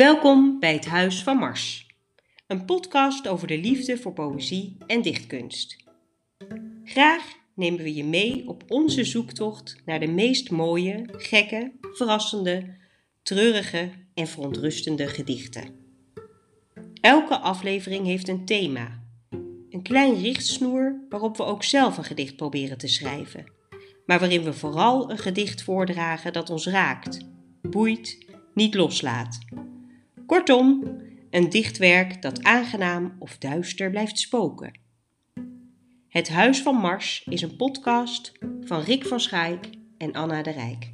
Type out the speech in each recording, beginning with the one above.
Welkom bij het Huis van Mars, een podcast over de liefde voor poëzie en dichtkunst. Graag nemen we je mee op onze zoektocht naar de meest mooie, gekke, verrassende, treurige en verontrustende gedichten. Elke aflevering heeft een thema, een klein richtsnoer waarop we ook zelf een gedicht proberen te schrijven, maar waarin we vooral een gedicht voordragen dat ons raakt, boeit, niet loslaat. Kortom, een dichtwerk dat aangenaam of duister blijft spoken. Het Huis van Mars is een podcast van Rick van Schaik en Anna de Rijk.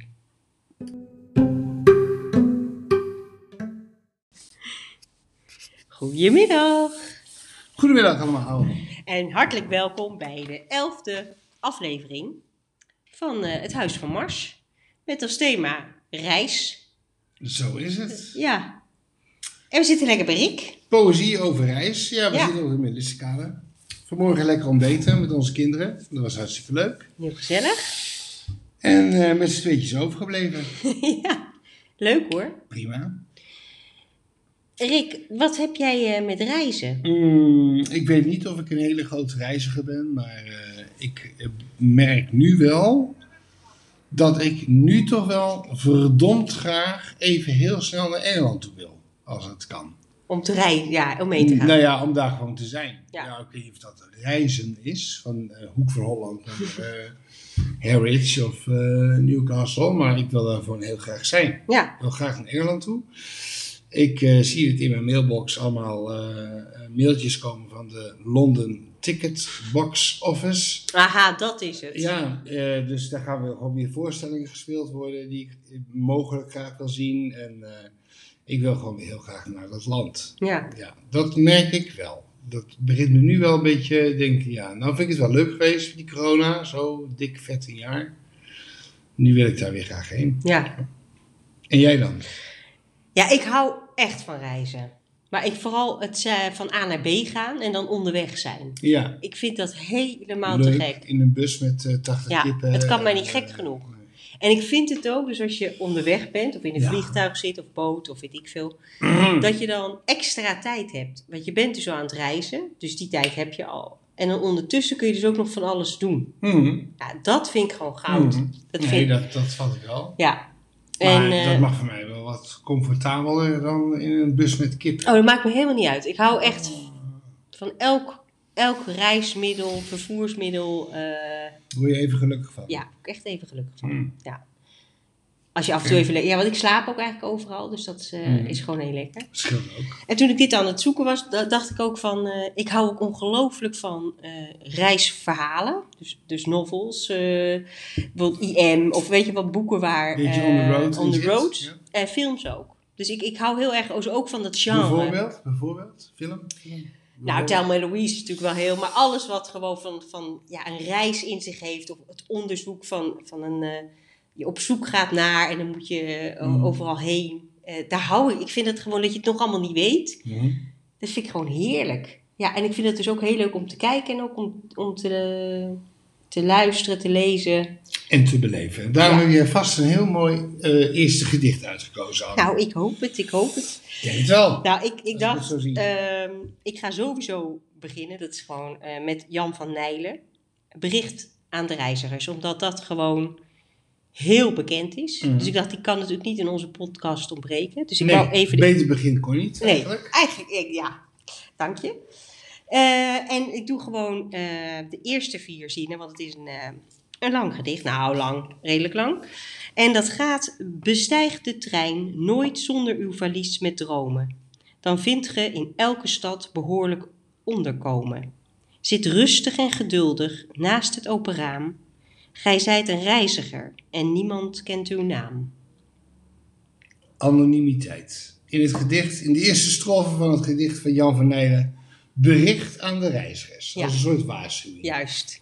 Goedemiddag. Goedemiddag allemaal. En hartelijk welkom bij de 11e aflevering van het Huis van Mars. Met als thema reis. Zo is het. Ja. En we zitten lekker bij Rick. Poëzie over reis. Ja, we zitten op de Middellandse. Vanmorgen lekker ontbeten met onze kinderen. Dat was hartstikke leuk. Heel gezellig. En met z'n tweetjes overgebleven. Ja, leuk hoor. Prima. Rick, wat heb jij met reizen? Ik weet niet of ik een hele grote reiziger ben, maar ik merk nu wel dat ik nu toch wel verdomd graag even heel snel naar Engeland toe wil, als het kan. Om te reizen, ja, om mee te gaan. Nou ja, om daar gewoon te zijn. Ja. Ja, ik weet niet of dat reizen is, van Hoek van Holland naar Harwich of Newcastle, maar ik wil daar gewoon heel graag zijn. Ja. Ik wil graag naar Engeland toe. Ik zie het in mijn mailbox allemaal mailtjes komen van de London Ticket Box Office. Aha, dat is het. Ja, dus daar gaan we gewoon weer voorstellingen gespeeld worden die ik mogelijk graag wil zien. En ik wil gewoon weer heel graag naar dat land. Ja. Ja, dat merk ik wel. Dat begint me nu wel een beetje denken, ja, nou vind ik het wel leuk geweest, die corona, zo dik vet een jaar. Nu wil ik daar weer graag heen. Ja. En jij dan? Ja, ik hou echt van reizen. Maar ik vooral het van A naar B gaan en dan onderweg zijn. Ja. Ik vind dat helemaal Leuk, te gek. in een bus met 80 Ja, kippen. het kan mij niet gek genoeg. Nee. En ik vind het ook, dus als je onderweg bent of in een vliegtuig zit of boot of weet ik veel, dat je dan extra tijd hebt. Want je bent dus al aan het reizen, dus die tijd heb je al. En dan ondertussen kun je dus ook nog van alles doen. Ja, dat vind ik gewoon goud. Dat vat ik wel. Ja. Maar En, dat mag voor mij wel wat comfortabeler dan in een bus met kippen. Oh, dat maakt me helemaal niet uit. Ik hou echt van elk reismiddel, vervoersmiddel. Word je even gelukkig van? Ja, ook echt even gelukkig van. Ja. Als je af en toe even... Ja, want ik slaap ook eigenlijk overal, dus dat is gewoon heel lekker. Scheelt ook. En toen ik dit aan het zoeken was, dacht ik ook van... ik hou ook ongelooflijk van reisverhalen. Dus novels, bijvoorbeeld IM, of weet je wat, boeken waar... Beetje on the road. On the road. Ja. En films ook. Dus ik hou heel erg ook van dat genre. Bijvoorbeeld? Film? Nou, Thelma en Louise is natuurlijk wel heel... Maar alles wat gewoon van een reis in zich heeft. Of het onderzoek van een... je op zoek gaat naar en dan moet je overal heen. Daar hou ik. Ik vind het gewoon dat je het nog allemaal niet weet. Dat vind ik gewoon heerlijk. Ja, en ik vind het dus ook heel leuk om te kijken. En ook om te luisteren, te lezen. En te beleven. Daarom heb je vast een heel mooi eerste gedicht uitgekozen. Anne. Nou, ik hoop het. Ik denk het wel. Nou, ik dacht, zo zie. ik ga sowieso beginnen. Dat is gewoon met Jan van Nijlen. Bericht aan de reizigers. Omdat dat gewoon heel bekend is. Dus ik dacht, die kan natuurlijk niet in onze podcast ontbreken. Dus ik wou even... beter begin kon niet eigenlijk. Nee, eigenlijk, ja. Dank je. En ik doe gewoon de eerste 4 zinnen, want het is een lang gedicht. Nou, lang, redelijk lang. En dat gaat: bestijg de trein nooit zonder uw valies met dromen. Dan vindt ge in elke stad behoorlijk onderkomen. Zit rustig en geduldig naast het open raam. Gij zijt een reiziger en niemand kent uw naam. Anonimiteit. In het gedicht, in de eerste strofe van het gedicht van Jan van Nijlen, bericht aan de reizigers. Ja. Als een soort waarschuwing. Juist.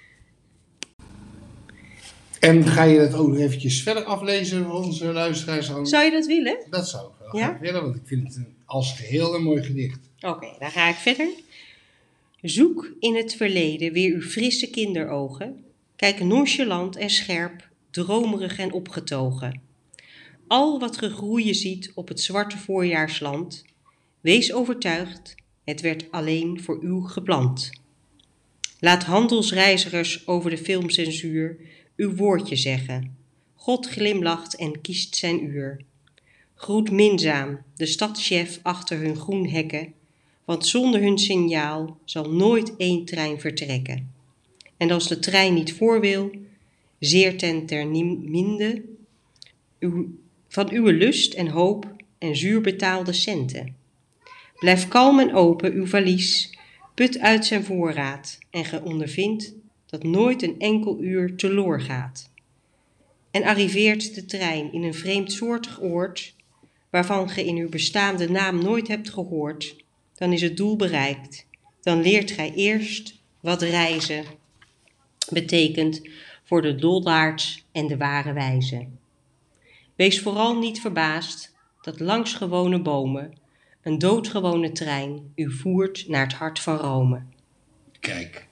En ga je dat ook nog eventjes verder aflezen voor onze luisteraars? Zou je dat willen? Dat zou ik wel Ja? graag willen, want ik vind het als geheel een mooi gedicht. Oké, dan ga ik verder. Zoek in het verleden weer uw frisse kinderogen. Kijk nonchalant en scherp, dromerig en opgetogen. al wat ge groeien ziet op het zwarte voorjaarsland, wees overtuigd, het werd alleen voor u geplant. Laat handelsreizigers over de filmcensuur uw woordje zeggen. God glimlacht en kiest zijn uur. Groet minzaam de stadschef achter hun groen hekken, want zonder hun signaal zal nooit één trein vertrekken. En als de trein niet voor wil, zeer ten terminde van uw lust en hoop en zuur betaalde centen. Blijf kalm en open uw valies, put uit zijn voorraad en ge ondervindt dat nooit een enkel uur teloor gaat. En arriveert de trein in een vreemdsoortig oord, waarvan ge in uw bestaande naam nooit hebt gehoord, dan is het doel bereikt. Dan leert gij eerst wat reizen betekent voor de dollaards en de ware wijze. Wees vooral niet verbaasd dat langs gewone bomen een doodgewone trein u voert naar het hart van Rome. Kijk.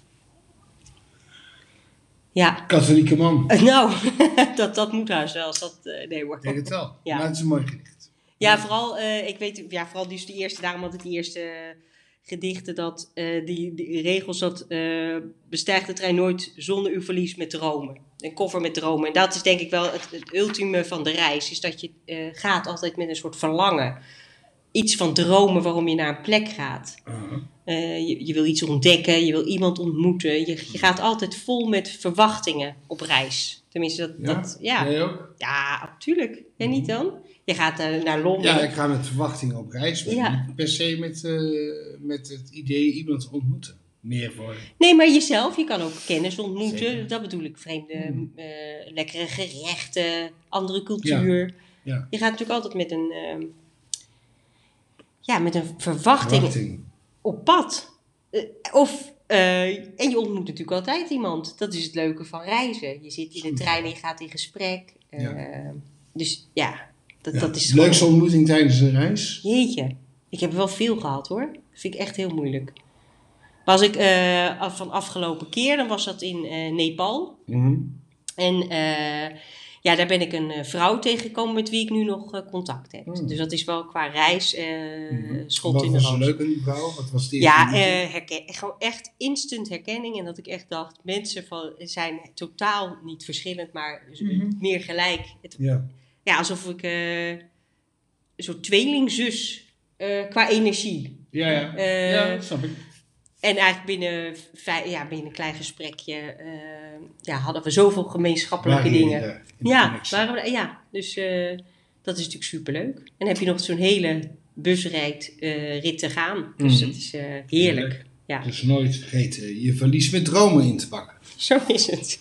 Ja. Katholieke man. Nou, dat moet haast wel. Als dat, nee hoor. Ik denk het wel. Ja. Maar het is een mooi gedicht. Ja, vooral, ik weet, ja, vooral dus de eerste, daarom had ik die eerste gedichten, dat die regels, dat bestijgt de trein nooit zonder uw verlies met dromen. Een koffer met dromen. En dat is denk ik wel het ultieme van de reis, is dat je gaat altijd met een soort verlangen. Iets van dromen waarom je naar een plek gaat. Je wil iets ontdekken, je wil iemand ontmoeten. Je gaat altijd vol met verwachtingen op reis. Tenminste, ja. Jij ook? Ja, natuurlijk. En niet dan? Je gaat naar Londen. Ja, ik ga met verwachtingen op reis. Maar niet per se met het idee iemand te ontmoeten. Meer voor... Nee, maar jezelf. Je kan ook kennis ontmoeten. Zeker. Dat bedoel ik. Vreemde, lekkere gerechten, andere cultuur. Ja. Je gaat natuurlijk altijd met een verwachting op pad. En je ontmoet natuurlijk altijd iemand. Dat is het leuke van reizen. Je zit in de trein en je gaat in gesprek. Dus ja, dat is Leukste gewoon... ontmoeting tijdens een reis? Jeetje, ik heb er wel veel gehad hoor. Dat vind ik echt heel moeilijk. Was ik van afgelopen keer, dan was dat in Nepal. En daar ben ik een vrouw tegengekomen met wie ik nu nog contact heb. Dus dat is wel qua reis schot in de roos. Wat was leuk aan die vrouw? Wat was die? Ja, gewoon echt instant herkenning. En dat ik echt dacht, mensen zijn totaal niet verschillend, maar meer gelijk. Ja, alsof ik een soort tweelingzus qua energie. Ja, snap ik. En eigenlijk binnen een klein gesprekje hadden we zoveel gemeenschappelijke dingen. Dus dat is natuurlijk superleuk. En dan heb je nog zo'n hele busrit te gaan. Dus dat is heerlijk. Ja. Dus nooit vergeten je verlies met dromen in te pakken. Zo is het.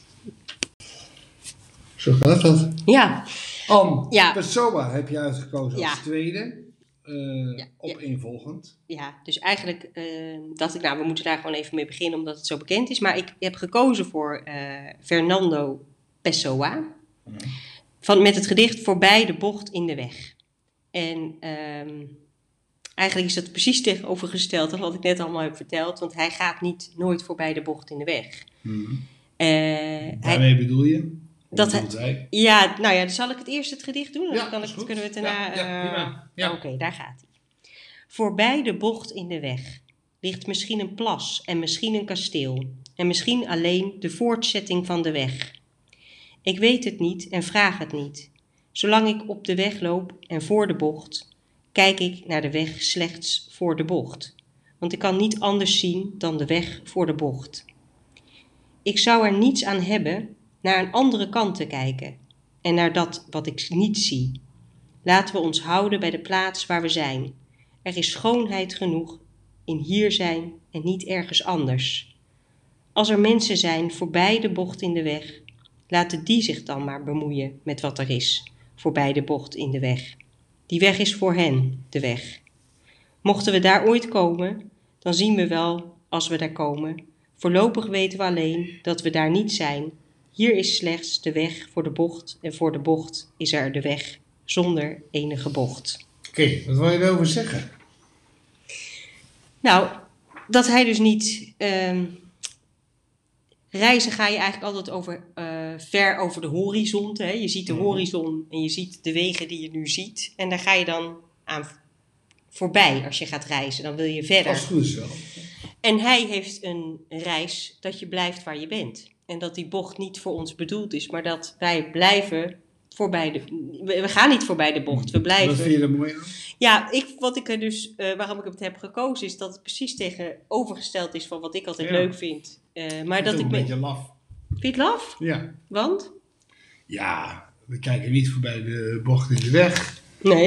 Zo gaat dat. Ja. Pessoa heb je uitgekozen als tweede. Opeenvolgend. Ja, dus eigenlijk dacht ik, we moeten daar gewoon even mee beginnen, omdat het zo bekend is. Maar ik heb gekozen voor Fernando Pessoa. Met het gedicht Voorbij de bocht in de weg. En eigenlijk is dat precies tegenovergesteld aan wat ik net allemaal heb verteld. Want hij gaat nooit voorbij de bocht in de weg. Daarmee bedoel je? Dan zal ik het eerst het gedicht doen. Dan kunnen we het daarna... Oké, daar gaat hij. Voorbij de bocht in de weg ligt misschien een plas en misschien een kasteel. En misschien alleen de voortzetting van de weg. Ik weet het niet en vraag het niet. Zolang ik op de weg loop en voor de bocht, kijk ik naar de weg slechts voor de bocht. Want ik kan niet anders zien dan de weg voor de bocht. Ik zou er niets aan hebben naar een andere kant te kijken en naar dat wat ik niet zie. Laten we ons houden bij de plaats waar we zijn. Er is schoonheid genoeg in hier zijn en niet ergens anders. Als er mensen zijn voorbij de bocht in de weg, laten die zich dan maar bemoeien met wat er is voorbij de bocht in de weg. Die weg is voor hen, de weg. Mochten we daar ooit komen, dan zien we wel als we daar komen. Voorlopig weten we alleen dat we daar niet zijn. Hier is slechts de weg voor de bocht en voor de bocht is er de weg zonder enige bocht. Oké, wat wil je daarover zeggen? Nou, dat hij dus niet... reizen ga je eigenlijk altijd over ver over de horizon. Hè? Je ziet de horizon en je ziet de wegen die je nu ziet. En daar ga je dan aan voorbij als je gaat reizen. Dan wil je verder. Als het goed is wel. En hij heeft een reis dat je blijft waar je bent. En dat die bocht niet voor ons bedoeld is, maar dat wij blijven voorbij we gaan niet voorbij de bocht, we blijven. Wat vind je er mooi aan? Ja, waarom ik het heb gekozen is dat het precies tegenovergesteld is van wat ik altijd leuk vind. Maar dat ik een beetje laf. Vind je het laf? Ja. Want? Ja, we kijken niet voorbij de bocht in de weg. Nee.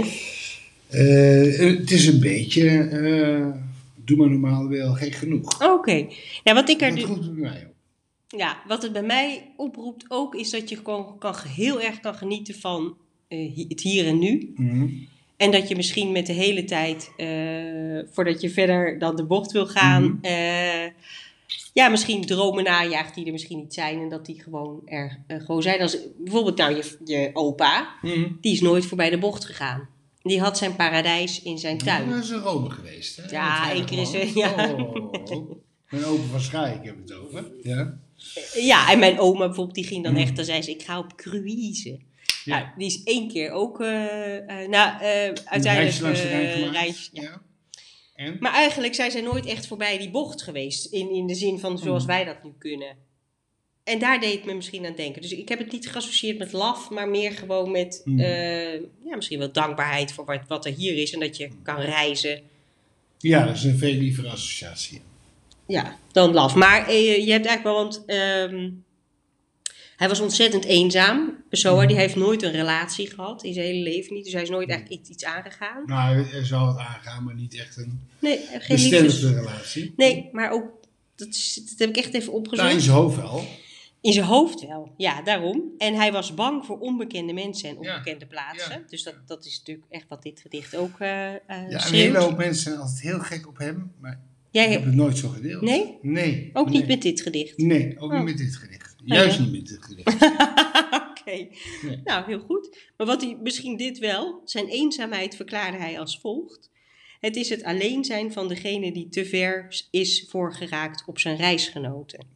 Het is een beetje, doe maar normaal wel gek genoeg. Oké. Ja, wat ik er dat roept het bij mij op. Ja, wat het bij mij oproept ook is dat je gewoon heel erg kan genieten van het hier en nu. Mm-hmm. En dat je misschien met de hele tijd, voordat je verder dan de bocht wil gaan, misschien dromen najaagt die er misschien niet zijn. En dat die gewoon er gewoon zijn. Als bijvoorbeeld je opa, die is nooit voorbij de bocht gegaan. Die had zijn paradijs in zijn tuin. Dat is in Rome geweest, hè? Ja, één keer is er. Ja. Mijn opa van Schaik, ik heb het over. Ja. Ja, en mijn oma bijvoorbeeld, die ging dan echt, dan zei ze, ik ga op cruise. Ja. Nou, die is 1 keer ook, uiteindelijk... langs de Rijn gemaakt. Reis, ja. Ja. En? Maar eigenlijk zijn zij nooit echt voorbij die bocht geweest, in de zin van zoals wij dat nu kunnen. En daar deed het me misschien aan denken. Dus ik heb het niet geassocieerd met laf, maar meer gewoon met misschien wel dankbaarheid voor wat er hier is en dat je kan reizen. Ja, dat is een veel lievere associatie. Ja, dan laf. Maar je hebt eigenlijk wel, want hij was ontzettend eenzaam. Pessoa, die heeft nooit een relatie gehad in zijn hele leven niet. Dus hij is nooit echt iets aangegaan. Nou, hij zou het aangaan, maar niet echt een geen bestendige relatie. Nee, maar ook, dat heb ik echt even opgezocht. Nou, in zijn hoofd wel. In zijn hoofd wel, ja, daarom. En hij was bang voor onbekende mensen en onbekende plaatsen. Ja. Dus dat is natuurlijk echt wat dit gedicht ook Ja, een schreeuwt. hele hoop mensen zijn altijd heel gek op hem, maar ik heb het nooit zo gedeeld. Nee? Nee. Ook niet met dit gedicht? Nee, ook niet met dit gedicht. Juist niet met dit gedicht. Oké. Nou, heel goed. Maar wat hij, misschien dit wel, zijn eenzaamheid verklaarde hij als volgt. Het is het alleen zijn van degene die te ver is voorgeraakt op zijn reisgenoten.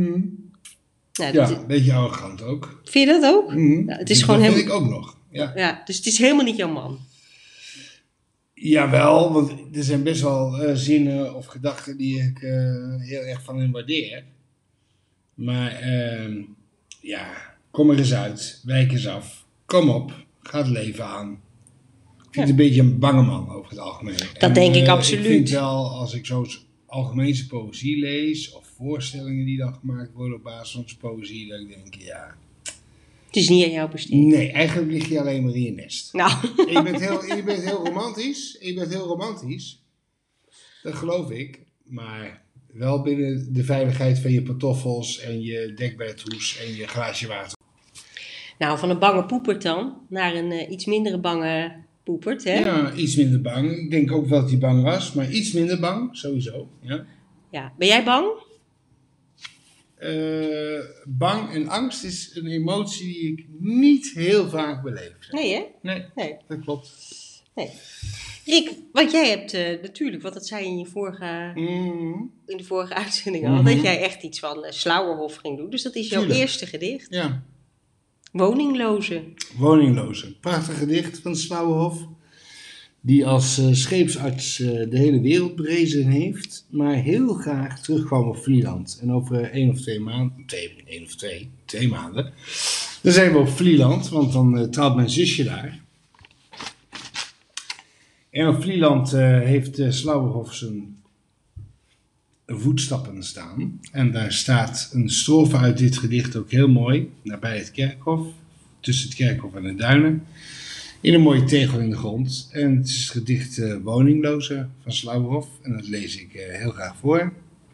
Nou, Ja, een beetje arrogant ook. Vind je dat ook? Nou, het is gewoon dat vind ik ook nog. Ja, dus het is helemaal niet jouw man. Jawel, want er zijn best wel zinnen of gedachten die ik heel erg van hem waardeer. Maar kom er eens uit, wijk eens af, kom op, ga het leven aan. Ik vind het een beetje een bange man over het algemeen. Dat denk ik absoluut. Ik vind wel, als ik zo algemeense poëzie lees, of voorstellingen die dan gemaakt worden op basis van zijn poëzie, dat ik denk, ja... Het is niet aan jou besteed. Nee, eigenlijk lig je alleen maar in je nest. Nou. Je bent heel romantisch. Je bent heel romantisch. Dat geloof ik. Maar wel binnen de veiligheid van je pantoffels en je dekbedhoes en je glaasje water. Nou, van een bange poepert dan naar een iets mindere bange poepert, hè? Ja, iets minder bang. Ik denk ook wel dat hij bang was, maar iets minder bang, sowieso. Ja. Ben jij bang? Bang en angst is een emotie die ik niet heel vaak beleef. Nee, hè? Nee, dat klopt. Nee. Rick, wat jij hebt natuurlijk, wat dat zei in de vorige uitzending al, dat jij echt iets van Slauwerhof ging doen. Dus dat is jouw eerste gedicht. Ja. Woningloze. Woningloze. Prachtig gedicht van Slauwerhof. Die als scheepsarts de hele wereld berezen heeft, maar heel graag terugkwam op Vlieland. En over 1 of 2 maanden, 2 maanden, dan zijn we op Vlieland, want dan trouwt mijn zusje daar. En op Vlieland heeft Slauwerhof zijn voetstappen staan. En daar staat een strofe uit dit gedicht ook heel mooi, nabij het kerkhof, tussen het kerkhof en de duinen. In een mooie tegel in de grond. En het is het gedicht Woningloze van Slauwerhof. En dat lees ik heel graag voor.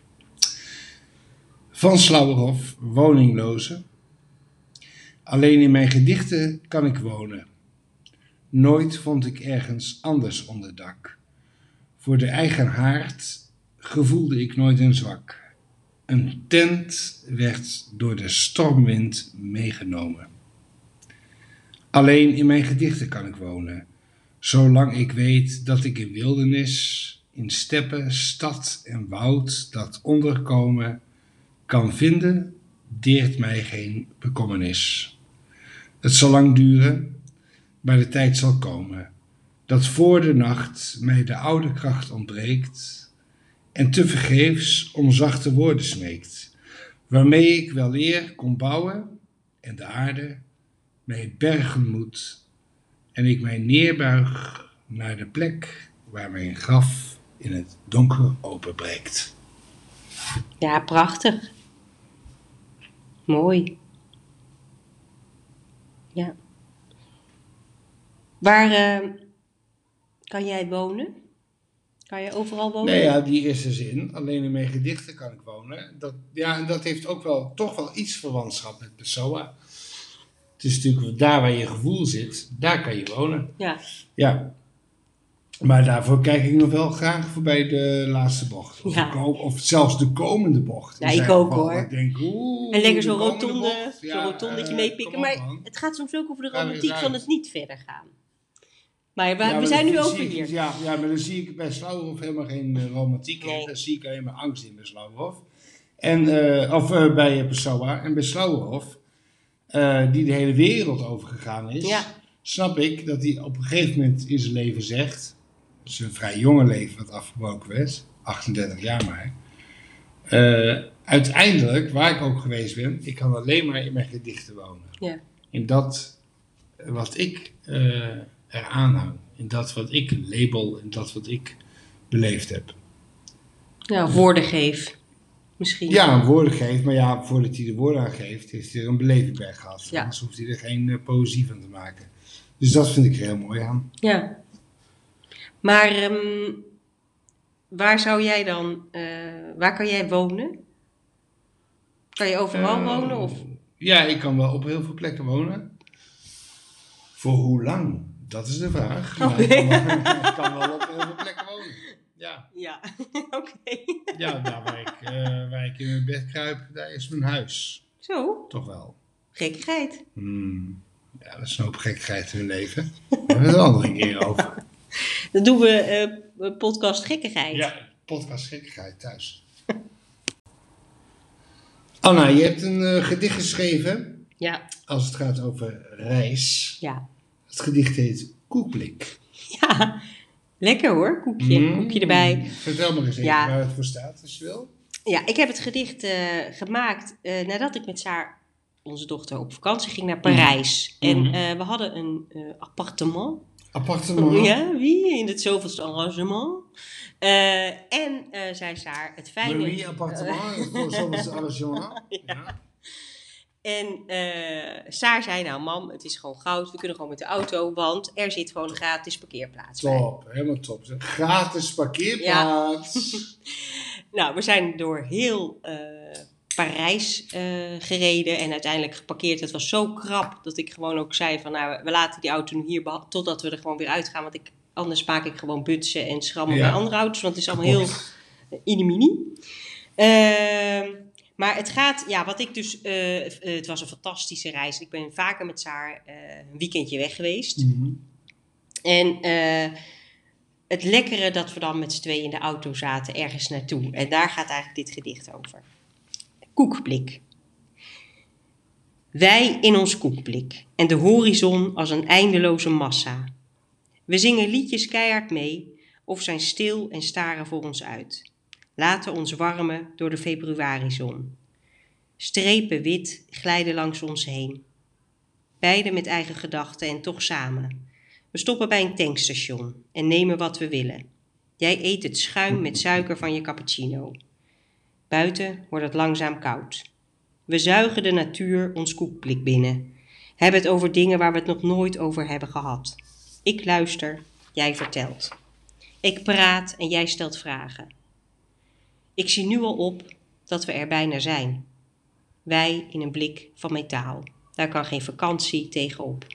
Van Slauwerhof, Woningloze. Alleen in mijn gedichten kan ik wonen. Nooit vond ik ergens anders onder dak. Voor de eigen haard gevoelde ik nooit een zwak. Een tent werd door de stormwind meegenomen. Alleen in mijn gedichten kan ik wonen, zolang ik weet dat ik in wildernis, in steppen, stad en woud dat onderkomen kan vinden deert mij geen bekommernis. Het zal lang duren, maar de tijd zal komen, dat voor de nacht mij de oude kracht ontbreekt en tevergeefs om zachte woorden smeekt, waarmee ik weleer kon bouwen en de aarde mij bergen moet en ik mij neerbuig naar de plek waar mijn graf in het donker openbreekt. Ja, prachtig. Mooi. Ja. Waar kan jij wonen? Kan je overal wonen? Nee, ja, die eerste zin. Alleen in mijn gedichten kan ik wonen. En dat heeft ook wel, toch wel iets verwantschap met Pessoa. Het is natuurlijk daar waar je gevoel zit, daar kan je wonen. Ja. Ja. Maar daarvoor kijk ik nog wel graag voorbij de laatste bocht. Of zelfs de komende bocht. Ja, ik ook hoor. Ik denk, en lekker zo'n rotondetje meepikken. Maar het gaat soms ook over de romantiek van het niet verder gaan. Maar we zijn nu over hier. Ja, maar dan zie ik bij Slauwerhof helemaal geen romantiek. Nee. Dan zie ik alleen maar angst in bij Slauwerhof. Bij Pessoa. En bij Slauwerhof, die de hele wereld overgegaan is, snap ik dat hij op een gegeven moment in zijn leven zegt, het is een vrij jonge leven wat afgebroken werd, 38 jaar maar. Uiteindelijk, waar ik ook geweest ben, ik kan alleen maar in mijn gedichten wonen. Ja. In dat wat ik eraan hang. In dat wat ik label, in dat wat ik beleefd heb. Ja, woorden geef. Misschien. Ja, een woorden geeft, maar ja, voordat hij de woorden aan geeft, heeft hij er een beleving bij gehad. Ja. Anders hoeft hij er geen poëzie van te maken. Dus dat vind ik er heel mooi aan. Ja. Maar waar zou jij dan, waar kan jij wonen? Kan je overal wonen? Of? Ja, ik kan wel op heel veel plekken wonen. Voor hoe lang? Dat is de vraag. Maar ik kan wel op heel veel plekken wonen. Ja. Ja, oké. Ja, daar waar ik in mijn bed kruip, daar is mijn huis. Zo? Toch wel. Gekkigheid. Ja, dat is een hoop gekkigheid in mijn leven. Daar hebben we het een andere keer over. Dan doen we podcast gekkigheid. Ja, podcast gekkigheid thuis. Anna, je hebt een gedicht geschreven. Ja. Als het gaat over reis. Ja. Het gedicht heet Koekblik. Ja, lekker hoor. Koekje erbij. Vertel maar eens even waar het voor staat, als je wil. Ja, ik heb het gedicht gemaakt nadat ik met Saar, onze dochter, op vakantie ging naar Parijs. En we hadden een appartement. Appartement? Ja, wie? In het zoveelste arrangement. En zei Saar, het fijne... Oui, appartement, voor zoveelste arrangement. Ja. En Saar zei, nou mam, het is gewoon goud, we kunnen gewoon met de auto, want er zit gewoon een gratis parkeerplaats bij. Top, helemaal top. Gratis parkeerplaats. Ja. Nou, we zijn door heel Parijs gereden en uiteindelijk geparkeerd. Het was zo krap dat ik gewoon ook zei van, nou, we laten die auto nu hier totdat we er gewoon weer uitgaan, want anders maak ik gewoon butsen en schrammen bij andere auto's, want het is allemaal heel inimini. Maar het gaat, ja, wat ik dus, het was een fantastische reis. Ik ben vaker met Saar een weekendje weg geweest. En het lekkere dat we dan met z'n tweeën in de auto zaten ergens naartoe. En daar gaat eigenlijk dit gedicht over. Koekblik. Wij in ons koekblik en de horizon als een eindeloze massa. We zingen liedjes keihard mee of zijn stil en staren voor ons uit. Laten ons warmen door de februarizon. Strepen wit glijden langs ons heen. Beiden met eigen gedachten en toch samen. We stoppen bij een tankstation en nemen wat we willen. Jij eet het schuim met suiker van je cappuccino. Buiten wordt het langzaam koud. We zuigen de natuur ons koekblik binnen. Hebben het over dingen waar we het nog nooit over hebben gehad. Ik luister, jij vertelt. Ik praat en jij stelt vragen. Ik zie nu al op dat we er bijna zijn. Wij in een blik van metaal. Daar kan geen vakantie tegenop.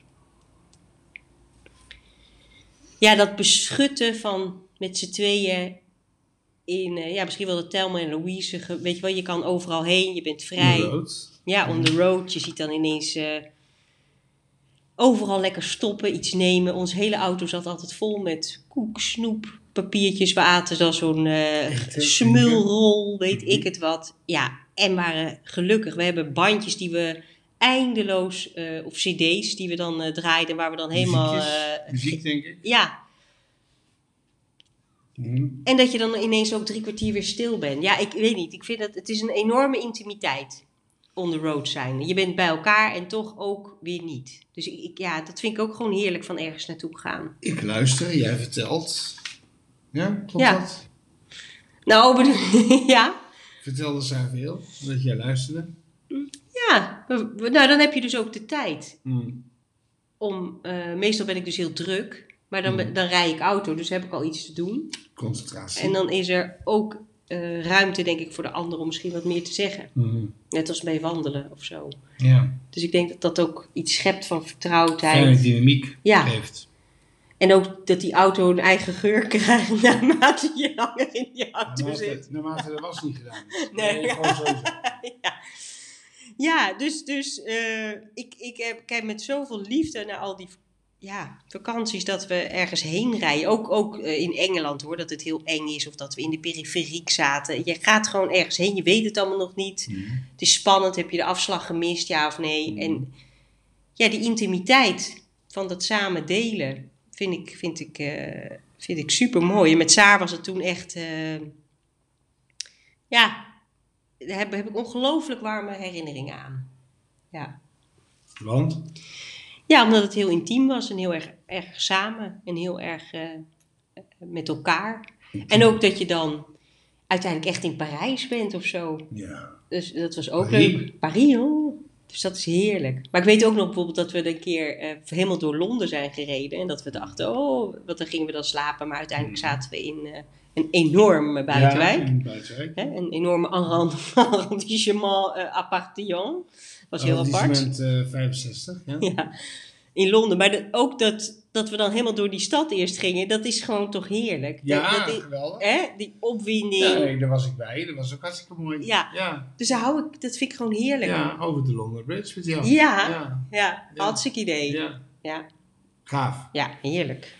Ja, dat beschutten van met z'n tweeën in, misschien wel de Thelma en Louise. Weet je wel, je kan overal heen, je bent vrij. On the road. Ja, on the road. Je ziet dan ineens overal lekker stoppen, iets nemen. Onze hele auto zat altijd vol met koek, snoep, papiertjes. We aten dan zo'n smulrol, weet ik het wat. Ja, en waren gelukkig. We hebben bandjes die we eindeloos, of cd's die we dan draaiden, waar we dan helemaal... Muziek, denk ik. Ja. En dat je dan ineens ook 3 kwartier weer stil bent. Ja, ik weet niet. Ik vind dat het is een enorme intimiteit on the road zijn. Je bent bij elkaar en toch ook weer niet. Dus dat vind ik ook gewoon heerlijk van ergens naartoe gaan. Ik luister, jij vertelt. Ja, klopt Ja. dat? Nou, ja. Vertelde zij veel, dat jij luisterde? Ja, nou dan heb je dus ook de tijd. Meestal ben ik dus heel druk. Maar dan rij ik auto, dus heb ik al iets te doen. Concentratie. En dan is er ook ruimte, denk ik, voor de ander om misschien wat meer te zeggen. Net als bij wandelen of zo. Ja. Dus ik denk dat dat ook iets schept van vertrouwdheid. Fijne dynamiek geeft. En ook dat die auto een eigen geur krijgt naarmate je langer in die auto zit. Naarmate de was niet gedaan is. Nee. Gewoon zo. Ja, dus ik kijk met zoveel liefde naar al die vakanties dat we ergens heen rijden. Ook in Engeland hoor, dat het heel eng is of dat we in de periferiek zaten. Je gaat gewoon ergens heen, je weet het allemaal nog niet. Het is spannend, heb je de afslag gemist, ja of nee. En ja, die intimiteit van dat samen delen vind ik super mooi. En met Saar was het toen echt... daar heb ik ongelooflijk warme herinneringen aan. Ja. Want? Ja, omdat het heel intiem was en heel erg samen en heel erg met elkaar. En ook dat je dan uiteindelijk echt in Parijs bent of zo. Ja. Dus dat was ook Paris. leuk. Paris, oh. Dus dat is heerlijk. Maar ik weet ook nog bijvoorbeeld dat we een keer helemaal door Londen zijn gereden. En dat we dachten, want dan gingen we dan slapen. Maar uiteindelijk zaten we in een enorme buitenwijk. Ja, in buitenwijk. Een enorme arrondissement appartement. Was heel apart. Arrondissement 65, ja. Ja, in Londen. Maar ook dat we dan helemaal door die stad eerst gingen, dat is gewoon toch heerlijk. Ja, geweldig. Die opwinding. Ja, nee, daar was ik bij. Dat was ook hartstikke mooi. Ja. Dus dat vind ik gewoon heerlijk. Ja, over de London Bridge met jou. Ja. Hartstikke idee. Ja. Gaaf. Ja, heerlijk.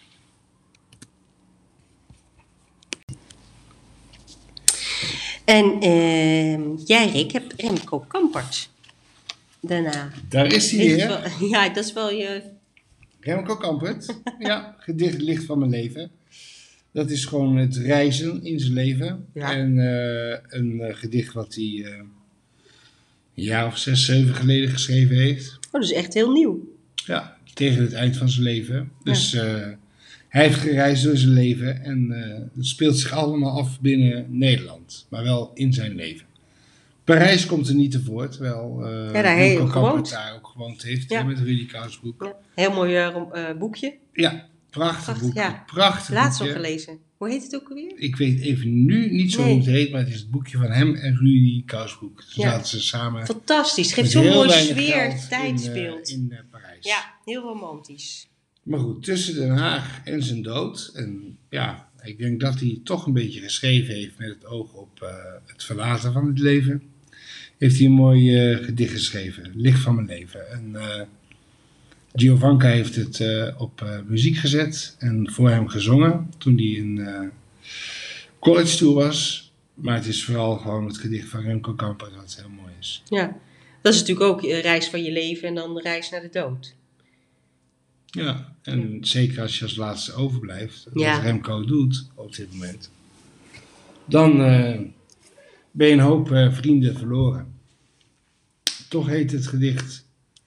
En jij, Rick, hebt Remco Kampert daarna. Daar is hij weer. Ja, dat is wel je... Remco Kampert. Ja, gedicht Licht van mijn leven. Dat is gewoon het reizen in zijn leven. Ja. En een gedicht wat hij een jaar of 6, 7 geleden geschreven heeft. Oh, dat is echt heel nieuw. Ja, tegen het eind van zijn leven. Dus hij heeft gereisd door zijn leven en het speelt zich allemaal af binnen Nederland. Maar wel in zijn leven. Parijs komt er niet tevoor, terwijl Remco Kampert daar ook gewoond heeft met Rudy Kousbroek. Ja. Heel mooi boekje. Ja, prachtig boekje. Ja. Prachtig Laatst boekje. nog gelezen. Hoe heet het ook alweer? Ik weet even nu niet zo hoe het heet, maar het is het boekje van hem en Rudy Kousbroek. Toen zaten ze samen. Fantastisch. Het geeft met zo'n heel mooie weinig sfeer. geld Tijd speelt. in Parijs. Ja, heel romantisch. Maar goed, tussen Den Haag en zijn dood. En ja, ik denk dat hij toch een beetje geschreven heeft met het oog op het verlaten van het leven. Heeft hij een mooi gedicht geschreven, Licht van mijn leven. En Giovanka heeft het op muziek gezet en voor hem gezongen toen hij in college tour was. Maar het is vooral gewoon het gedicht van Remco Kampert dat heel mooi is. Ja, dat is natuurlijk ook een reis van je leven en dan de reis naar de dood. Ja, en zeker als je als laatste overblijft, wat Remco doet op dit moment, dan ben je een hoop vrienden verloren. Toch heet het gedicht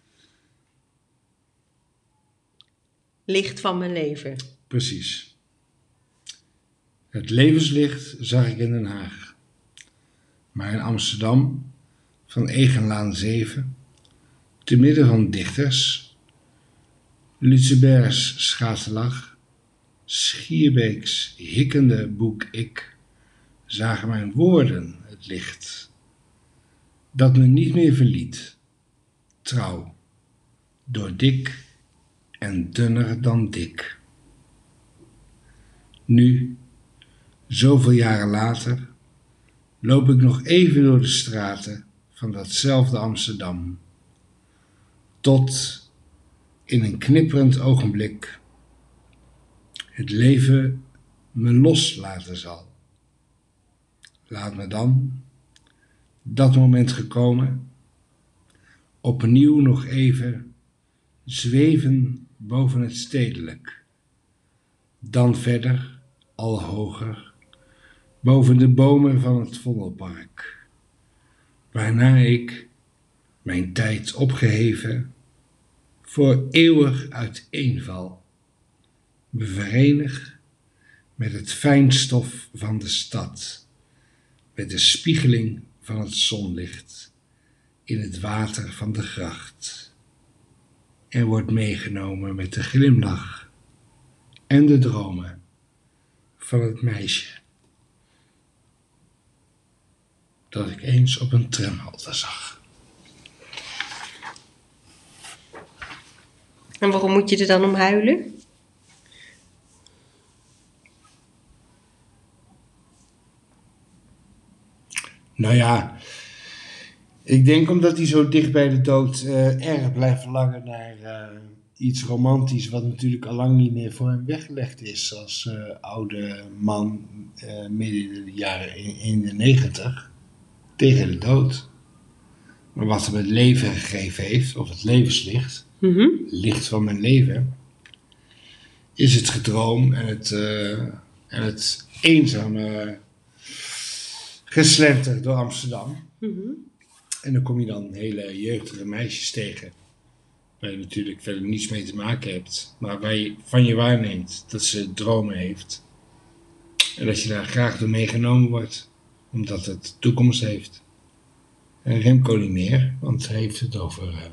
Licht van mijn leven. Precies. Het levenslicht zag ik in Den Haag. Maar in Amsterdam, van Egenlaan 7, te midden van dichters, Lutzebergs schaterlach, Schierbeeks hikkende boek ik, zagen mijn woorden het licht, dat me niet meer verliet, trouw, door dik en dunner dan dik. Nu, zoveel jaren later, loop ik nog even door de straten van datzelfde Amsterdam, tot in een knipperend ogenblik het leven me loslaten zal. Laat me dan, dat moment gekomen, opnieuw nog even zweven boven het stedelijk. Dan verder, al hoger, boven de bomen van het Vondelpark. Waarna ik, mijn tijd opgeheven, voor eeuwig uiteenval, me verenig met het fijnstof van de stad, met de spiegeling van het zonlicht in het water van de gracht, en wordt meegenomen met de glimlach en de dromen van het meisje dat ik eens op een tramhalte zag. En waarom moet je er dan om huilen? Nou ja, ik denk omdat hij zo dicht bij de dood erg blijft verlangen naar iets romantisch, wat natuurlijk al lang niet meer voor hem weggelegd is als oude man midden in de jaren in de 90 tegen de dood. Maar wat hem het leven gegeven heeft, of het levenslicht, licht van mijn leven, is het gedroom en het eenzame geslenter door Amsterdam. En dan kom je dan hele jeugdige meisjes tegen, waar je natuurlijk verder niets mee te maken hebt, maar waar je van je waarneemt dat ze dromen heeft. En dat je daar graag door meegenomen wordt, omdat het toekomst heeft. En Remco niet meer, want hij heeft het over...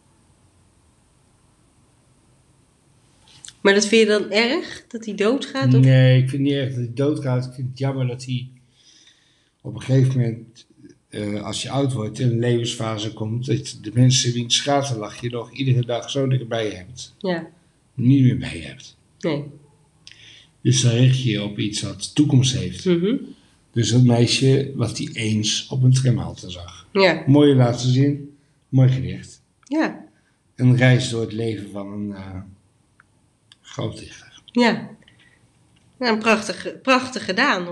Maar dat vind je dan erg, dat hij doodgaat? Of? Nee, ik vind het niet erg dat hij doodgaat. Ik vind het jammer dat hij op een gegeven moment, als je oud wordt, in een levensfase komt, dat de mensen wiens schaterlach je nog iedere dag zo erbij hebt, Ja. niet meer bij hebt. Nee. Dus dan richt je je op iets wat toekomst heeft. Dus dat meisje wat hij eens op een tramhalte zag. Ja. Mooie laatste zin, mooi gedicht. Ja. Een reis door het leven van een groot dichter. Ja. Nou, prachtig gedaan.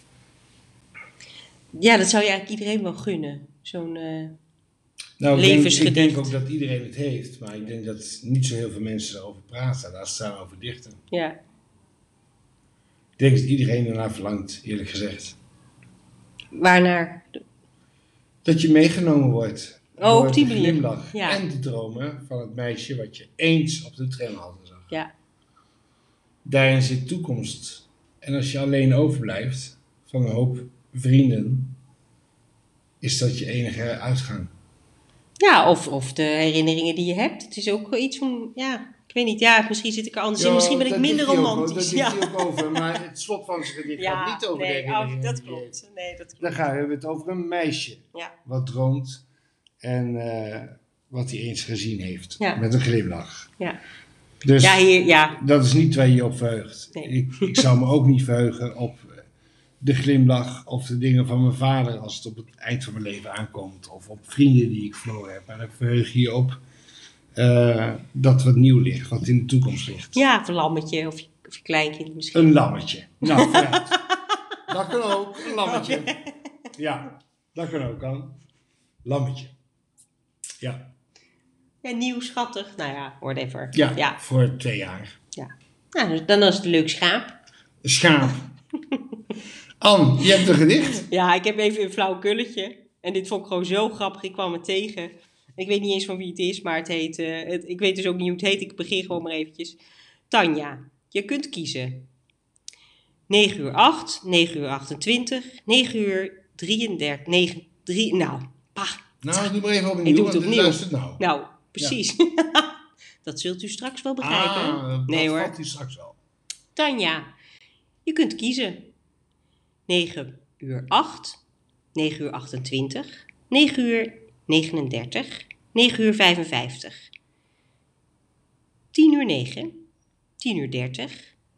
Ja, dat zou je eigenlijk iedereen wel gunnen. Zo'n Nou, levensgedicht. ik denk ook dat iedereen het heeft, maar ik denk dat niet zo heel veel mensen erover praten. Laat staan over dichten. Ja. Ik denk dat iedereen ernaar verlangt, eerlijk gezegd. Waarnaar? Dat je meegenomen wordt. Oh, op door die de manier. glimlach Ja. en de dromen van het meisje wat je eens op de tramhalte zag. Ja. Daarin zit toekomst. En als je alleen overblijft van een hoop vrienden, is dat je enige uitgang. Ja, of de herinneringen die je hebt. Het is ook iets van, ja, ik weet niet. Ja, misschien zit ik er anders in. Misschien ben ik minder romantisch. Dat ligt hij ook over, maar het slot van zijn gedicht gaat niet over de herinneringen. dat klopt. Nee, dat klopt. Dan gaan we het over een meisje wat droomt en wat hij eens gezien heeft. Ja. Met een glimlach. Ja. Dus Ja, dat is niet waar je je op verheugt. Nee. Ik zou me ook niet verheugen op de glimlach of de dingen van mijn vader als het op het eind van mijn leven aankomt. Of op vrienden die ik verloren heb. Maar dan verheug je je op dat wat nieuw ligt, wat in de toekomst ligt. Ja, of een lammetje of je kleinkind misschien. Een lammetje. Nou, vooruit. Dat kan ook, een lammetje. Ja, dat kan ook kan. Lammetje. Ja. Ja, nieuw, schattig. Nou ja, whatever. Ja, voor 2 jaar. Ja. Nou, dan is het een leuk schaap. Schaap. Ann, je hebt een gedicht? Ja, ik heb even een flauw kulletje. En dit vond ik gewoon zo grappig. Ik kwam het tegen. Ik weet niet eens van wie het is, maar het heet... ik weet dus ook niet hoe het heet. Ik begin gewoon maar eventjes. Tanja, je kunt kiezen. 9:08, 9:28, 9:33, nou, Nou, doe maar even opnieuw. Ik doe het opnieuw. Luister nou. Nou, precies. Ja. Dat zult u straks wel begrijpen. Nee hoor. Dat valt u straks wel. Tanja, je kunt kiezen. 9:08, 9:28, 9:39, 9:55. 10:09, 10:30,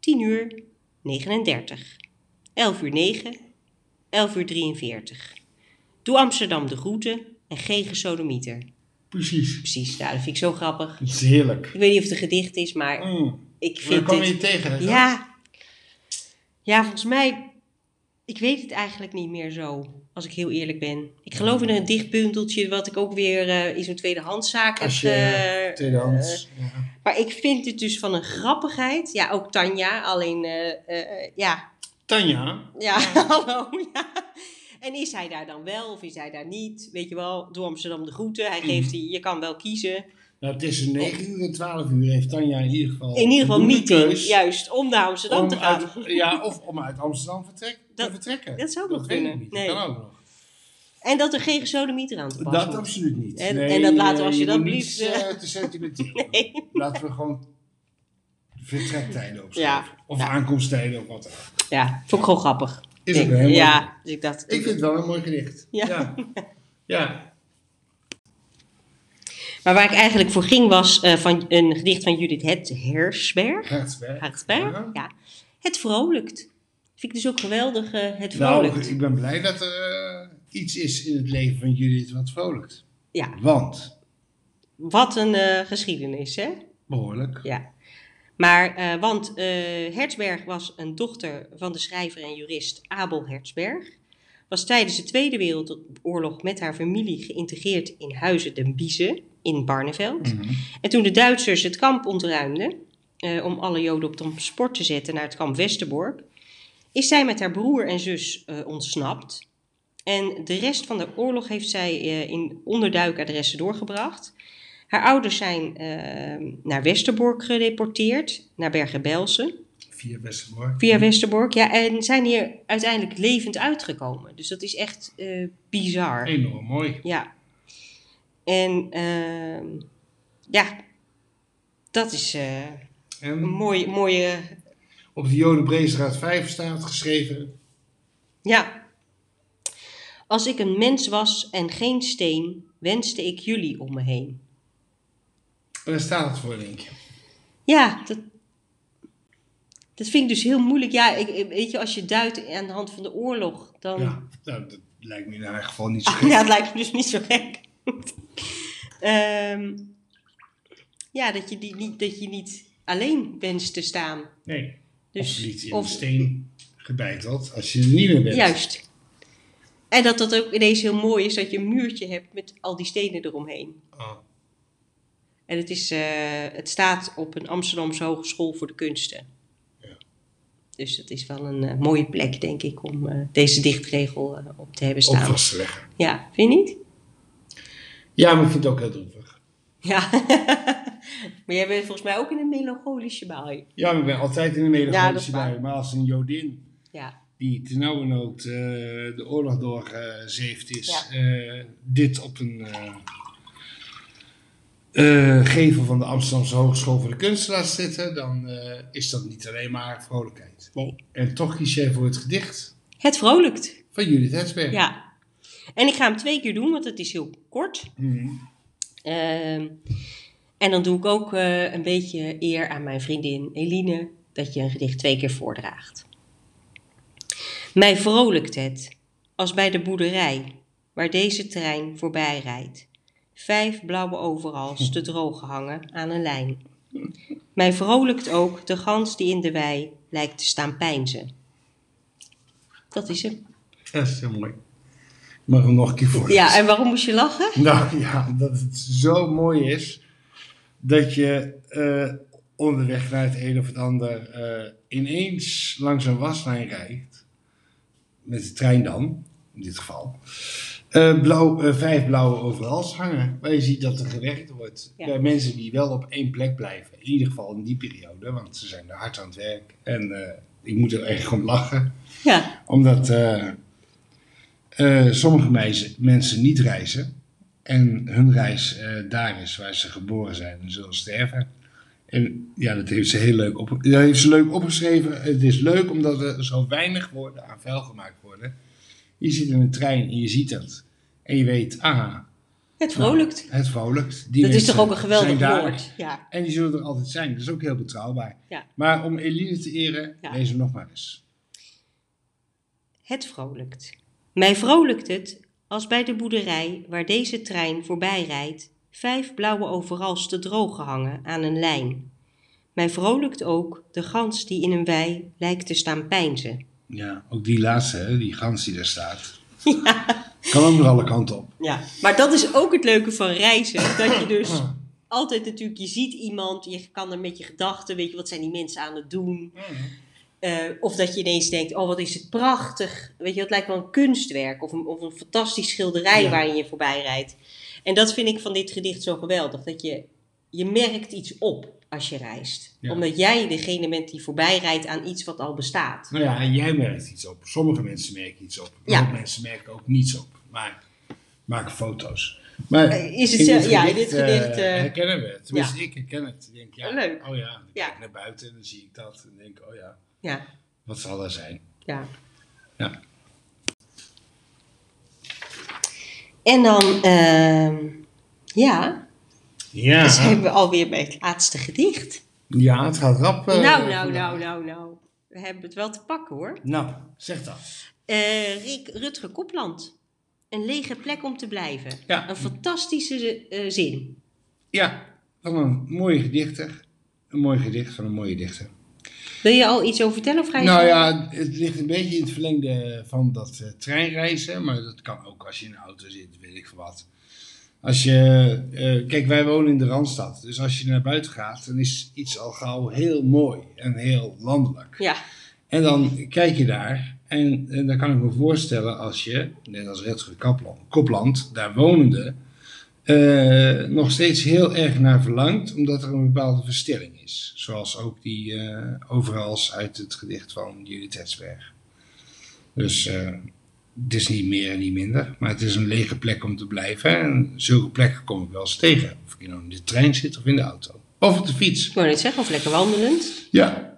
10:39. 11:09, 11:43. Doe Amsterdam de groeten en geen gesodemieter. Precies. Precies, nou, dat vind ik zo grappig. Het is heerlijk. Ik weet niet of het een gedicht is, maar ik Maar vind kwam je het... tegen? Hè? Ja, volgens mij... Ik weet het eigenlijk niet meer zo, als ik heel eerlijk ben. Ik geloof in een dichtbundeltje, wat ik ook weer in zo'n tweedehandszaak heb... Als je tweedehands... ja. Maar ik vind het dus van een grappigheid. Ja, ook Tanja, alleen... Tanja? Ja, hallo, ja. En is hij daar dan wel of is hij daar niet? Weet je wel, door Amsterdam de groeten. Hij geeft je kan wel kiezen. Nou, tussen 9 uur en 12 uur heeft Tanja in ieder geval... In ieder geval meeting, keus juist, om naar Amsterdam te gaan. Of om uit Amsterdam te vertrekken. Dat zou nog weet ik kunnen. niet. Nee. Dat kan ook nog. En dat er geen gesodemieter aan te pas Dat wordt. absoluut niet. En dat laten we als je dat moet blieft... niet te sentimenteel. Nee. Laten we gewoon vertrektijden opschrijven. Ja. Of Ja. aankomsttijden of wat dan ook. Ja, vond ik gewoon grappig. Is ook een heel mooi. Ja, dus ik dacht... Ik vind het wel een mooi gedicht. Ja. Ja. Maar waar ik eigenlijk voor ging was van een gedicht van Judith Hertzberg. Hertzberg. Ja. Het vrolijkt. Vind ik dus ook geweldig, het vrolijkt. Nou, ik ben blij dat er iets is in het leven van Judith wat vrolijkt. Ja. Want, Wat een geschiedenis, hè? behoorlijk. Ja. Maar, want Hertzberg was een dochter van de schrijver en jurist Abel Hertzberg. Was tijdens de Tweede Wereldoorlog met haar familie geïntegreerd in Huizen den Biezen in Barneveld. En toen de Duitsers het kamp ontruimden, om alle Joden op transport te zetten naar het kamp Westerbork, is zij met haar broer en zus ontsnapt. En de rest van de oorlog heeft zij in onderduikadressen doorgebracht. Haar ouders zijn naar Westerbork gedeporteerd, naar Bergen-Belsen. Via Westerbork, ja. En zijn hier uiteindelijk levend uitgekomen. Dus dat is echt bizar. Enorm mooi. Ja. En ja, dat is een mooie... Op de Jodenbreestraat 5 staat geschreven. Ja. Als ik een mens was en geen steen, wenste ik jullie om me heen. En daar staat het voor, denk je. Ja, dat vind ik dus heel moeilijk. Ja, weet je, als je duidt aan de hand van de oorlog, dan... Ja, nou, dat lijkt me in haar geval niet zo gek. Ja, het lijkt me dus niet zo gek. Ja, dat je niet alleen wenst te staan. Nee, Dus, of niet in een steen gebeiteld als je er niet meer bent. Juist. En dat ook ineens heel mooi is dat je een muurtje hebt met al die stenen eromheen. Oh. En het staat op een Amsterdamse Hogeschool voor de Kunsten. Ja. Dus dat is wel een mooie plek, denk ik, om deze dichtregel op te hebben staan. Op vast te leggen. Ja, vind je niet? Ja, maar ik vind het ook heel droevig. Ja. Maar jij bent volgens mij ook in een melancholische bui. Ja, maar ik ben altijd in een melancholische Ja, dat is bui. Maar als een Jodin Ja. die ternauwernood de oorlog doorgezeefd is, Ja. dit op een gevel van de Amsterdamse Hogeschool voor de Kunsten laat zitten, dan is dat niet alleen maar vrolijkheid. Nee. En toch kies jij voor het gedicht Het vrolijkt. van Judith Hertzberg. Ja. En ik ga hem 2 keer doen, want het is heel kort. Mhm. En dan doe ik ook een beetje eer aan mijn vriendin Eline, dat je een gedicht 2 keer voordraagt. Mij vrolijkt het, als bij de boerderij, waar deze trein voorbij rijdt. 5 blauwe overals te droog hangen aan een lijn. Mij vrolijkt ook de gans die in de wei lijkt te staan peinzen. Dat is hem. Dat is heel mooi. Ik mag hem nog een keer voor. Ja, en waarom moest je lachen? Nou ja, dat het zo mooi is dat je onderweg naar het een of het ander ineens langs een waslijn rijdt. Met de trein dan, in dit geval. 5 blauwe overals hangen. Waar je ziet dat er gewerkt wordt. Ja. Bij mensen die wel op 1 plek blijven. In ieder geval in die periode, want ze zijn er hard aan het werk. En ik moet er echt om lachen. Ja, Omdat sommige mensen niet reizen. En hun reis daar is waar ze geboren zijn en zullen sterven. En ja, dat heeft ze leuk opgeschreven. Het is leuk omdat er zo weinig woorden aan vuil gemaakt worden. Je zit in een trein en je ziet dat. En je weet, aha. het vrolijkt. Nou, het vrolijkt. Die Dat is mensen toch ook een geweldig zijn daar. woord. Ja. En die zullen er altijd zijn. Dat is ook heel betrouwbaar. Ja. Maar om Eline te eren, lees hem nog maar eens. Het vrolijkt. Mij vrolijkt het als bij de boerderij waar deze trein voorbij rijdt 5 blauwe overals te droog gehangen aan een lijn. Mij vrolijkt ook de gans die in een wei lijkt te staan peinzen. Ja, ook die laatste, hè, die gans die daar staat. Ja. Kan ook nog alle kanten op. Ja, maar dat is ook het leuke van reizen. Dat je dus altijd natuurlijk, je ziet iemand, je kan er met je gedachten, weet je, wat zijn die mensen aan het doen? Of dat je ineens denkt, oh wat is het prachtig. Weet je, het lijkt wel een kunstwerk of een fantastisch schilderij waarin je voorbij rijdt. En dat vind ik van dit gedicht zo geweldig. Dat je merkt iets op als je reist. Ja. Omdat jij degene bent die voorbij rijdt aan iets wat al bestaat. Nou ja, en jij merkt iets op. Sommige mensen merken iets op. Andere mensen merken ook niets op. Maar maken foto's. Maar is het in dit gedicht herkennen we het. Tenminste, ik herken het. Ik denk, leuk. Oh ja, dan kijk ik naar buiten en dan zie ik dat. En denk, oh ja, wat zal dat zijn? Ja. Ja. En dan, dus hebben we alweer bij het laatste gedicht. Ja, het gaat rap. Nou. We hebben het wel te pakken, hoor. Nou, zeg dat. Rutger Kopland. Een lege plek om te blijven. Ja. Een fantastische zin. Ja, van een mooie gedichter. Een mooi gedicht van een mooie dichter. Wil je al iets over vertellen? Of ga je het ligt een beetje in het verlengde van dat treinreizen. Maar dat kan ook als je in een auto zit, weet ik veel wat. Als je, kijk, wij wonen in de Randstad. Dus als je naar buiten gaat, dan is iets al gauw heel mooi en heel landelijk. Ja. En dan kijk je daar en dan kan ik me voorstellen als je, net als Rutger Kopland, daar wonende, nog steeds heel erg naar verlangt, omdat er een bepaalde verstilling is. Zoals ook die overals uit het gedicht van Judith Hetsberg. Dus het is niet meer en niet minder, maar het is een lege plek om te blijven. En zulke plekken kom ik wel eens tegen. Of ik nou in de trein zit of in de auto. Of op de fiets. Ik wou net zeggen, of lekker wandelend. Ja.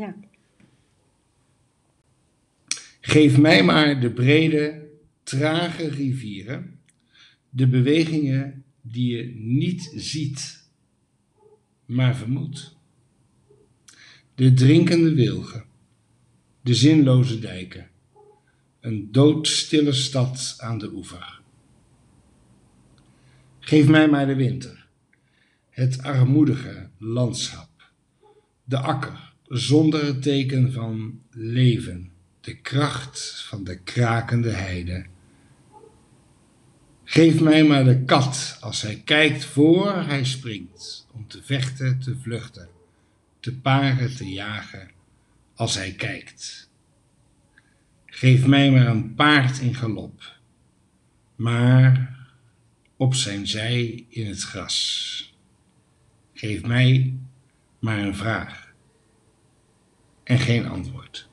Geef mij maar de brede, trage rivieren. De bewegingen die je niet ziet, maar vermoedt. De drinkende wilgen. De zinloze dijken. Een doodstille stad aan de oever. Geef mij maar de winter. Het armoedige landschap. De akker zonder het teken van leven. De kracht van de krakende heide. Geef mij maar de kat als hij kijkt voor hij springt. Om te vechten, te vluchten. Te paren, te jagen als hij kijkt. Geef mij maar een paard in galop, maar op zijn zij in het gras. Geef mij maar een vraag en geen antwoord.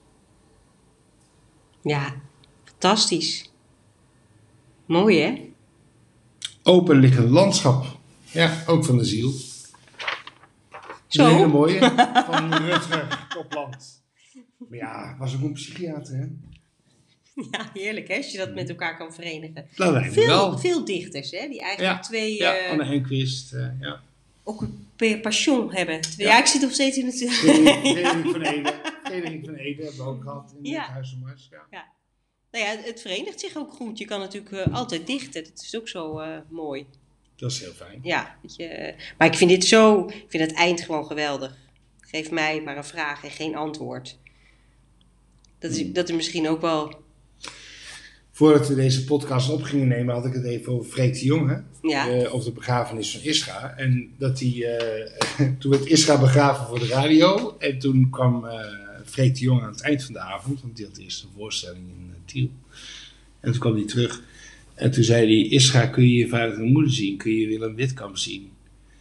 Ja, fantastisch. Mooi, hè? Openliggend landschap, ja, ook van de ziel. Zo? Een hele mooie, van Rutger Kopland. Maar ja, was ook een psychiater, hè? Ja, heerlijk hè, als je dat met elkaar kan verenigen. Dat lijkt me wel. Veel dichters hè, die eigenlijk twee... Ja, Anne Enquist, ook een passion hebben. Ja, ik zit nog steeds in het... Frederik van Ede hebben we ook gehad in het Huis van Mars. Ja. Nou ja, het verenigt zich ook goed. Je kan natuurlijk altijd dichten. Dat is ook zo mooi. Dat is heel fijn. Ja, maar ik vind dit zo... Ik vind het eind gewoon geweldig. Geef mij maar een vraag en geen antwoord. Dat is misschien ook wel... Voordat we deze podcast op gingen nemen, had ik het even over Freek de Jong, hè? Ja. Over de begrafenis van Ischa. En dat toen werd Ischa begraven voor de radio. En toen kwam Freek de Jong aan het eind van de avond, want die had eerst een voorstelling in Tiel. En toen kwam hij terug. En toen zei hij, Ischa, kun je je vader en moeder zien? Kun je Willem Witkamp zien?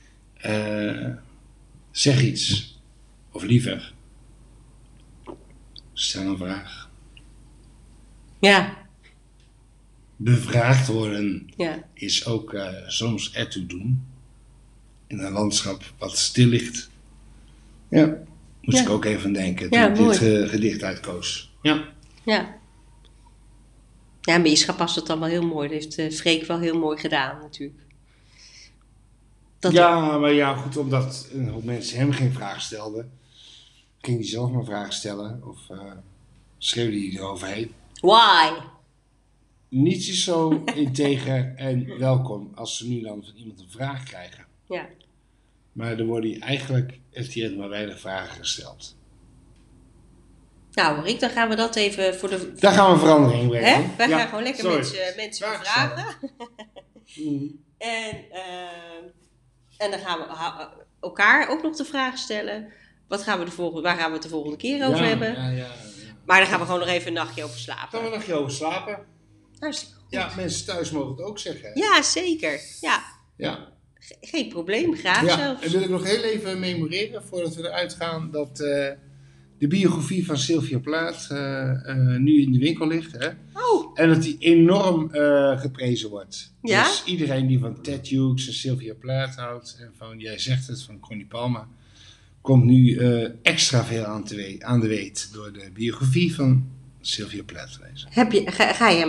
Zeg iets. Of liever, stel een vraag. Ja. Bevraagd worden is ook soms ertoe doen. In een landschap wat stil ligt. Ja, moest ik ook even denken toen ik dit gedicht uitkoos. Ja. Ja, bij Ischa past het dan wel heel mooi. Dat heeft Freek wel heel mooi gedaan natuurlijk. Maar goed, omdat een hoop mensen hem geen vraag stelden, ging hij zelf maar vragen stellen. Of schreeuwde hij eroverheen. Why? niets is zo integer en welkom als ze nu dan van iemand een vraag krijgen. Ja. Maar er worden eigenlijk, heeft hij maar weinig vragen gesteld. Nou, Rick, dan gaan we dat even voor de... Daar gaan we verandering brengen. Hè? Wij gaan gewoon lekker mensen Vragen. vragen. En dan gaan we elkaar ook nog de vraag stellen. Waar gaan we het de volgende keer over hebben? Ja. Maar daar gaan we gewoon nog even een nachtje over slapen. Gaan we een nachtje over slapen? Hartstikke goed. Ja, mensen thuis mogen het ook zeggen. Hè? Ja, zeker. Ja. Geen probleem, graag zelfs. En wil ik nog heel even memoreren voordat we eruit gaan dat de biografie van Sylvia Plath nu in de winkel ligt. Hè? Oh. En dat die enorm geprezen wordt. Ja? Dus iedereen die van Ted Hughes en Sylvia Plath houdt en van, jij zegt het, van Connie Palmer, komt nu extra veel aan de weet door de biografie van Sylvia Plath te lezen. Ga je hem?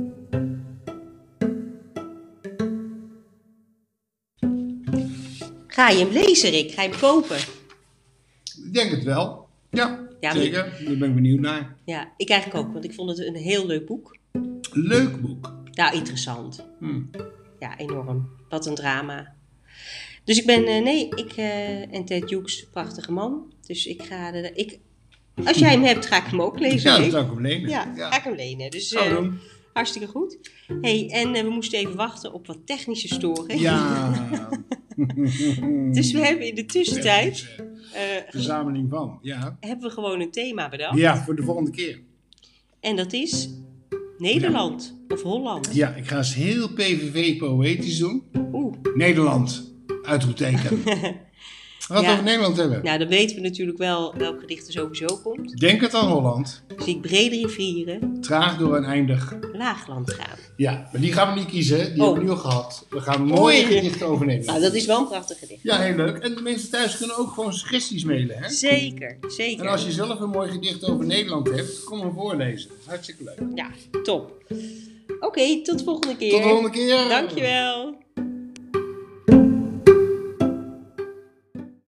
Ga je hem lezen, Rick? Ga je hem kopen? Ik denk het wel. Ja, Ja, zeker. Daar ben ik benieuwd naar. Ja, ik eigenlijk ook, want ik vond het een heel leuk boek. Leuk boek. Nou, interessant. Ja, enorm. Wat een drama. Dus ik ben, en Ted Hughes, prachtige man. Dus ik ga als jij hem hebt, ga ik hem ook lezen. Ja, Rick. dat zou ik hem lenen. Ja, ga ik hem lenen. Dus Zou doen. hartstikke goed. Hey, en we moesten even wachten op wat technische storingen. Ja. Dus we hebben in de tussentijd Verzameling van, ja. hebben we gewoon een thema bedacht. Ja, voor de volgende keer. En dat is Nederland of Holland. Ja, ik ga eens heel PVV poëtisch doen. Oeh. Nederland, uitroepteken. We gaan het over Nederland hebben. Nou, dan weten we natuurlijk wel welk gedicht er sowieso komt. Denk het aan Holland. Zie ik brede rivieren, Traag door en eindig. laagland gaan. Ja, maar die gaan we niet kiezen. Die hebben we nu al gehad. We gaan mooie Mooie. gedichten over Nederland. Nou, dat is wel een prachtig gedicht. Ja, heel leuk. En de mensen thuis kunnen ook gewoon suggesties mailen. Hè? Zeker, zeker. En als je zelf een mooi gedicht over Nederland hebt, kom hem voorlezen. Dat is hartstikke leuk. Ja, top. Oké, tot de volgende keer. Tot de volgende keer. Dankjewel.